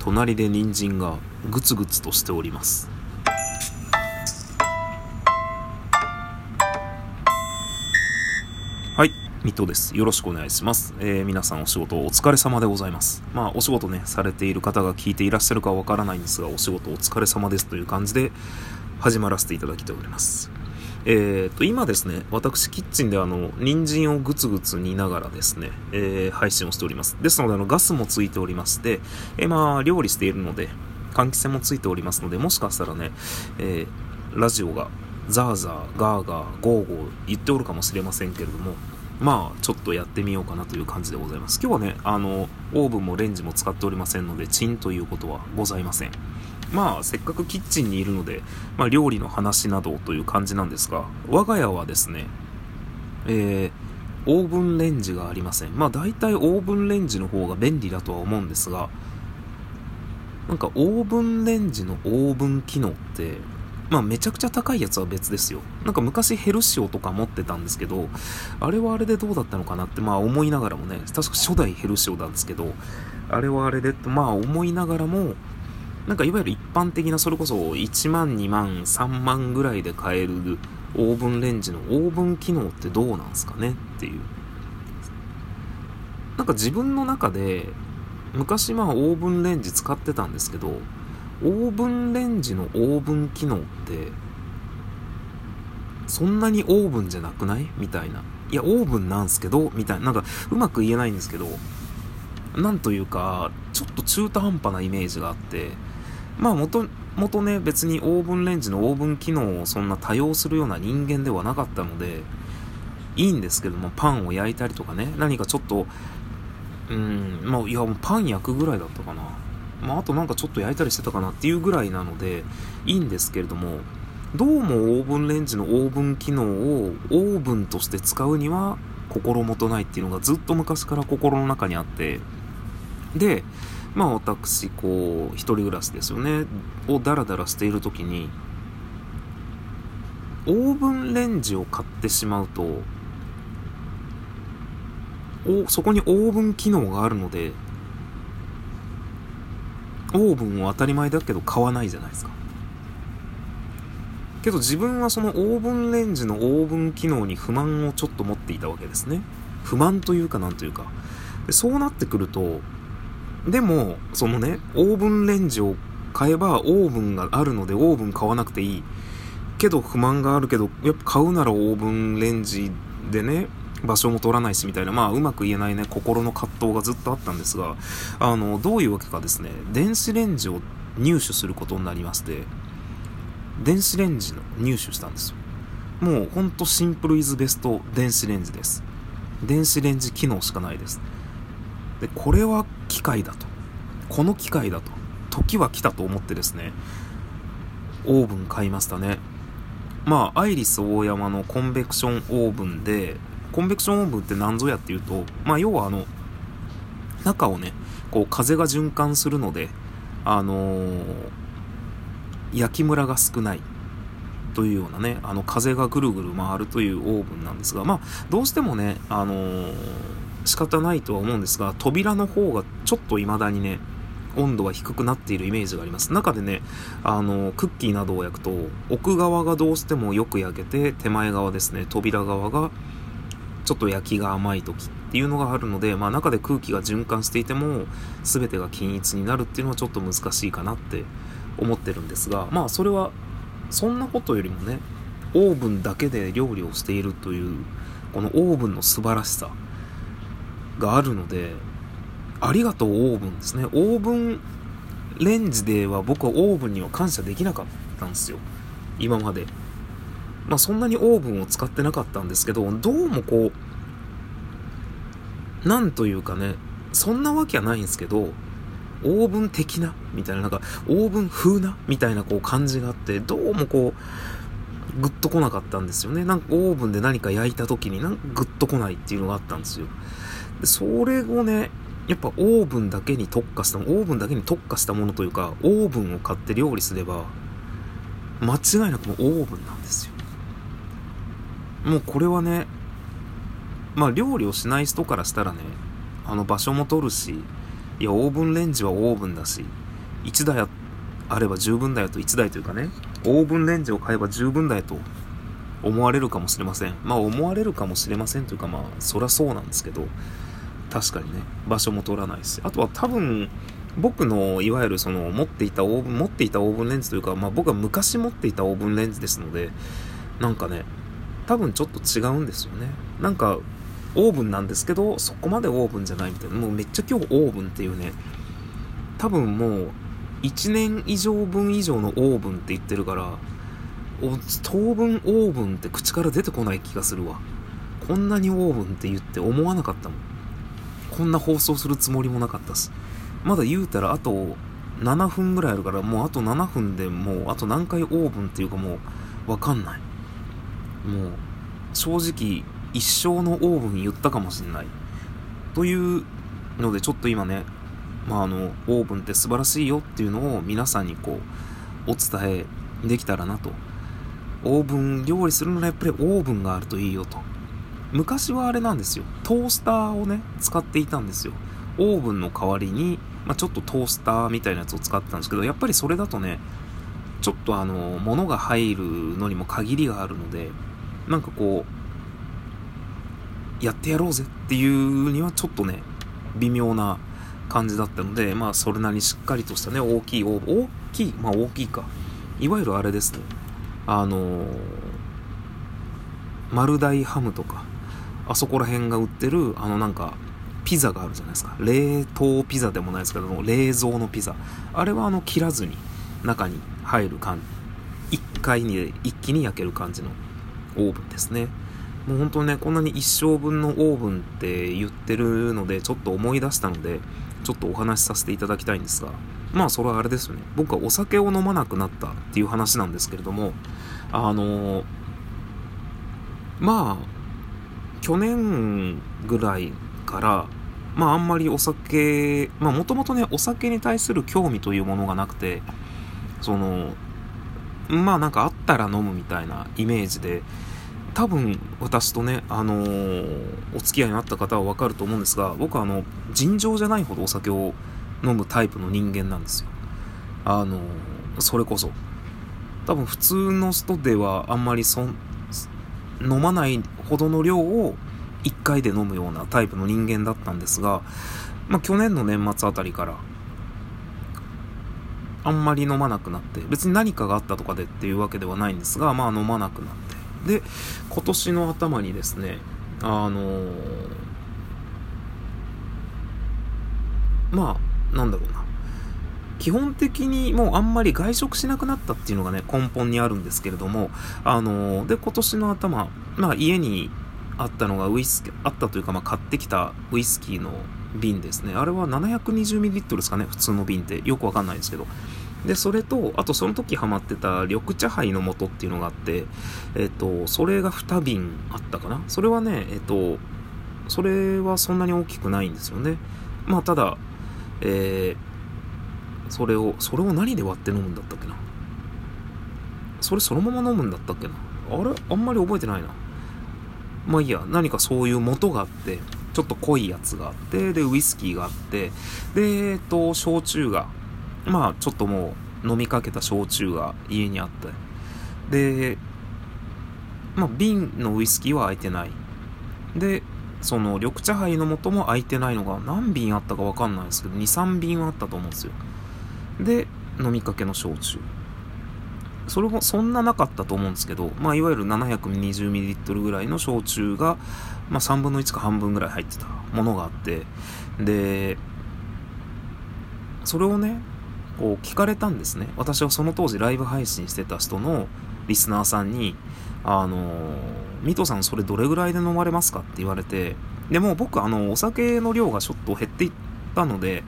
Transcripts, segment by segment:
隣で人参がグツグツとしております。はい、水戸です。よろしくお願いします。皆さんお仕事お疲れ様でございます。お仕事ねされている方が聞いていらっしゃるかわからないんですが、お仕事お疲れ様ですという感じで始まらせていただきております。今ですね、私キッチンで人参をグツグツ煮ながらですね、配信をしております。ですのでガスもついておりまして、料理しているので換気扇もついておりますので、もしかしたらね、ラジオがザーザーガーガーゴーゴー言っておるかもしれませんけれども、ちょっとやってみようかなという感じでございます。今日はね、オーブンもレンジも使っておりませんのでチンということはございません。せっかくキッチンにいるので、料理の話などという感じなんですが、我が家はですね、オーブンレンジがありません。大体オーブンレンジの方が便利だとは思うんですが、オーブンレンジのオーブン機能ってめちゃくちゃ高いやつは別ですよ。昔ヘルシオとか持ってたんですけど、あれはあれでどうだったのかなって思いながらもね、確か初代ヘルシオなんですけど、あれはあれでって思いながらも、いわゆる一般的なそれこそ1万2万3万ぐらいで買えるオーブンレンジのオーブン機能ってどうなんすかねっていう。自分の中で昔オーブンレンジ使ってたんですけど、オーブンレンジのオーブン機能ってそんなにオーブンじゃなくないみたいな。いやオーブンなんすけどみたいな、うまく言えないんですけど、なんというかちょっと中途半端なイメージがあって、もとね別にオーブンレンジのオーブン機能をそんな多用するような人間ではなかったのでいいんですけども、パンを焼いたりとかね、何かちょっといやもうパン焼くぐらいだったかな、あとちょっと焼いたりしてたかなっていうぐらいなのでいいんですけれども、どうもオーブンレンジのオーブン機能をオーブンとして使うには心もとないっていうのがずっと昔から心の中にあって、で私一人暮らしですよねをダラダラしている時にオーブンレンジを買ってしまうと、そこにオーブン機能があるのでオーブンを当たり前だけど買わないじゃないですか。けど自分はそのオーブンレンジのオーブン機能に不満をちょっと持っていたわけですね。不満というかなんというかで、そうなってくると、でもそのねオーブンレンジを買えばオーブンがあるのでオーブン買わなくていいけど、不満があるけどやっぱ買うならオーブンレンジでね、場所も取らないしみたいな、うまく言えないね心の葛藤がずっとあったんですが、どういうわけかですね、電子レンジを入手することになりまして、電子レンジの入手したんですよ。もうほんとシンプルイズベスト電子レンジです。電子レンジ機能しかないです。でこれは機械だと、この機械だと、時は来たと思ってですね、オーブン買いましたね。アイリスオーヤマのコンベクションオーブンで、コンベクションオーブンって何ぞやっていうと、要は中をね風が循環するので焼きムラが少ないというようなね、風がぐるぐる回るというオーブンなんですが、どうしてもね仕方ないとは思うんですが、扉の方がちょっと未だにね温度が低くなっているイメージがあります。中でねクッキーなどを焼くと奥側がどうしてもよく焼けて、手前側ですね、扉側がちょっと焼きが甘い時っていうのがあるので、中で空気が循環していても全てが均一になるっていうのはちょっと難しいかなって思ってるんですが、それはそんなことよりもね、オーブンだけで料理をしているというこのオーブンの素晴らしさがあるので、ありがとうオーブンですね。オーブンレンジでは僕はオーブンには感謝できなかったんですよ、今まで。そんなにオーブンを使ってなかったんですけど、どうもなんというかね、そんなわけはないんですけど、オーブン的なみたいな、オーブン風なみたいな感じがあって、どうもグッと来なかったんですよね。オーブンで何か焼いた時にグッと来ないっていうのがあったんですよ。でそれをね、やっぱオーブンだけに特化したものというか、オーブンを買って料理すれば間違いなくもうオーブンなんですよ。もうこれはね、料理をしない人からしたらね、場所も取るし、いやオーブンレンジはオーブンだし、 1台あれば十分だよと、1台というかね、オーブンレンジを買えば十分だよと思われるかもしれません。思われるかもしれませんというか、そりゃそうなんですけど、確かにね、場所も取らないし、あとは多分僕のいわゆるその持っていたオーブンレンジというか、僕は昔持っていたオーブンレンジですので、なんかね、多分ちょっと違うんですよね。なんかオーブンなんですけど、そこまでオーブンじゃないみたいな、もうめっちゃ今日オーブンっていうね、多分もう1年以上分以上のオーブンって言ってるから、当分オーブンって口から出てこない気がするわ。こんなにオーブンって言って思わなかったもん。こんな放送するつもりもなかったし、まだ言うたらあと7分ぐらいあるから、もうあと7分でもうあと何回オーブンっていうかもうわかんない。もう正直一生のオーブン言ったかもしれないというので、ちょっと今ね、オーブンって素晴らしいよっていうのを皆さんにこうお伝えできたらなと。オーブン料理するならやっぱりオーブンがあるといいよと。昔はあれなんですよ、トースターをね使っていたんですよ。オーブンの代わりに、ちょっとトースターみたいなやつを使ってたんですけど、やっぱりそれだとね、ちょっと物が入るのにも限りがあるので、なんかこうやってやろうぜっていうにはちょっとね微妙な感じだったので、それなりにしっかりとしたね大きい大きいか、いわゆるあれですね、丸大ハムとかあそこら辺が売ってるなんかピザがあるじゃないですか。冷凍ピザでもないですけども、冷蔵のピザ、あれは切らずに中に入る感じ、1回に一気に焼ける感じのオーブンですね。もう本当にね、こんなに一生分のオーブンって言ってるのでちょっと思い出したので、ちょっとお話しさせていただきたいんですが、それはあれですよね、僕はお酒を飲まなくなったっていう話なんですけれども、去年ぐらいからあんまりお酒、もともとねお酒に対する興味というものがなくて、なんかあったら飲むみたいなイメージで、多分私とね、お付き合いになった方はわかると思うんですが、僕は尋常じゃないほどお酒を飲むタイプの人間なんですよ。それこそ多分普通の人ではあんまり飲まないほどの量を1回で飲むようなタイプの人間だったんですが、去年の年末あたりからあんまり飲まなくなって、別に何かがあったとかでっていうわけではないんですが、飲まなくなって、で今年の頭にですね、なんだろうな、基本的にもうあんまり外食しなくなったっていうのがね根本にあるんですけれども、で今年の頭、家にあったのがウイスキーあったというか、買ってきたウイスキーの瓶ですね。あれは 720ml ですかね、普通の瓶ってよくわかんないですけど。でそれと、あとその時ハマってた緑茶杯の素っていうのがあって、それが2瓶あったかな。それはね、それはそんなに大きくないんですよね。ただ、それを何で割って飲むんだったっけな。それそのまま飲むんだったっけな。あんまり覚えてないな。いいや、何かそういう素があって、ちょっと濃いやつがあって、でウイスキーがあって、で焼酎がちょっともう飲みかけた焼酎が家にあって、で瓶のウイスキーは空いてない。でその緑茶杯の素も空いてないのが何瓶あったか分かんないですけど 2,3 瓶はあったと思うんですよ。で飲みかけの焼酎、それもそんななかったと思うんですけど、いわゆる 720ml ぐらいの焼酎が、3分の1か半分ぐらい入ってたものがあって、でそれをねこう聞かれたんですね。私はその当時ライブ配信してた人のリスナーさんに、ミトさんそれどれぐらいで飲まれますかって言われて、でも僕お酒の量がちょっと減っていったので、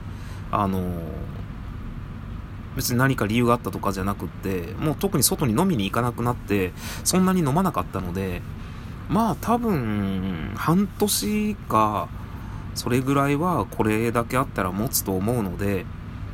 別に何か理由があったとかじゃなくって、もう特に外に飲みに行かなくなってそんなに飲まなかったので、多分半年かそれぐらいはこれだけあったら持つと思うので、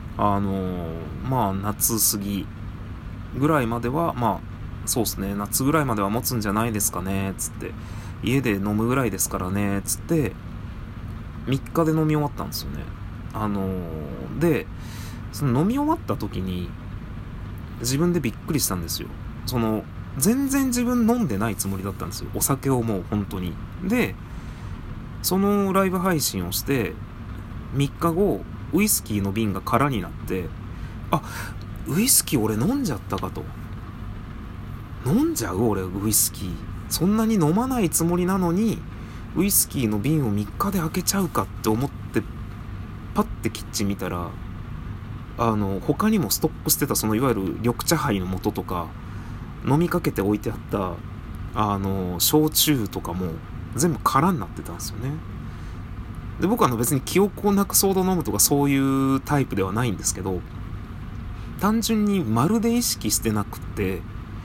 夏過ぎぐらいまではそうですね、夏ぐらいまでは持つんじゃないですかねつって、家で飲むぐらいですからねつって3日で飲み終わったんですよね。でその飲み終わった時に自分でびっくりしたんですよ。全然自分飲んでないつもりだったんですよ、お酒を。もう本当に。でそのライブ配信をして3日後、ウイスキーの瓶が空になって、あ、ウイスキー俺飲んじゃったかと。飲んじゃう俺ウイスキー、そんなに飲まないつもりなのにウイスキーの瓶を3日で開けちゃうかって思って、パッてキッチン見たら、他にもストックしてたそのいわゆる緑茶杯の素とか、飲みかけて置いてあった焼酎とかも全部空になってたんですよね。で僕は別に記憶をなくすほど飲むとかそういうタイプではないんですけど、単純にまるで意識してなくって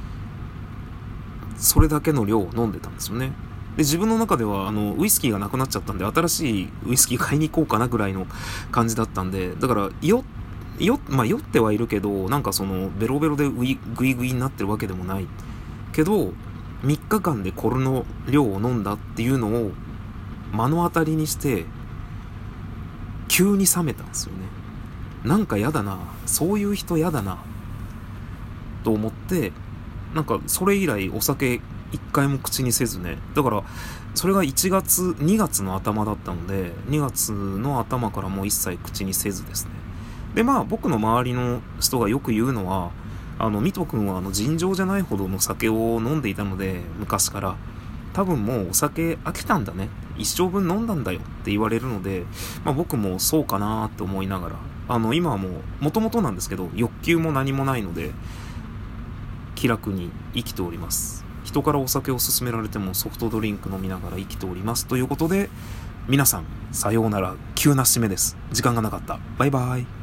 それだけの量を飲んでたんですよね。で自分の中ではウイスキーがなくなっちゃったんで、新しいウイスキー買いに行こうかなぐらいの感じだったんで、だから酔ってはいるけど、なんかベロベロでグイグイになってるわけでもないけど、3日間でこれの量を飲んだっていうのを目の当たりにして急に冷めたんですよね。なんかやだな、そういう人やだなと思って、なんかそれ以来お酒一回も口にせずね。だからそれが2月の頭だったので、2月の頭からもう一切口にせずですね。で僕の周りの人がよく言うのは、ミト君は尋常じゃないほどの酒を飲んでいたので、昔から多分もうお酒飽きたんだね、一生分飲んだんだよって言われるので、僕もそうかなって思いながら、今はもともとなんですけど欲求も何もないので気楽に生きております。人からお酒を勧められてもソフトドリンク飲みながら生きておりますということで、皆さんさようなら。急な締めです。時間がなかった。バイバイ。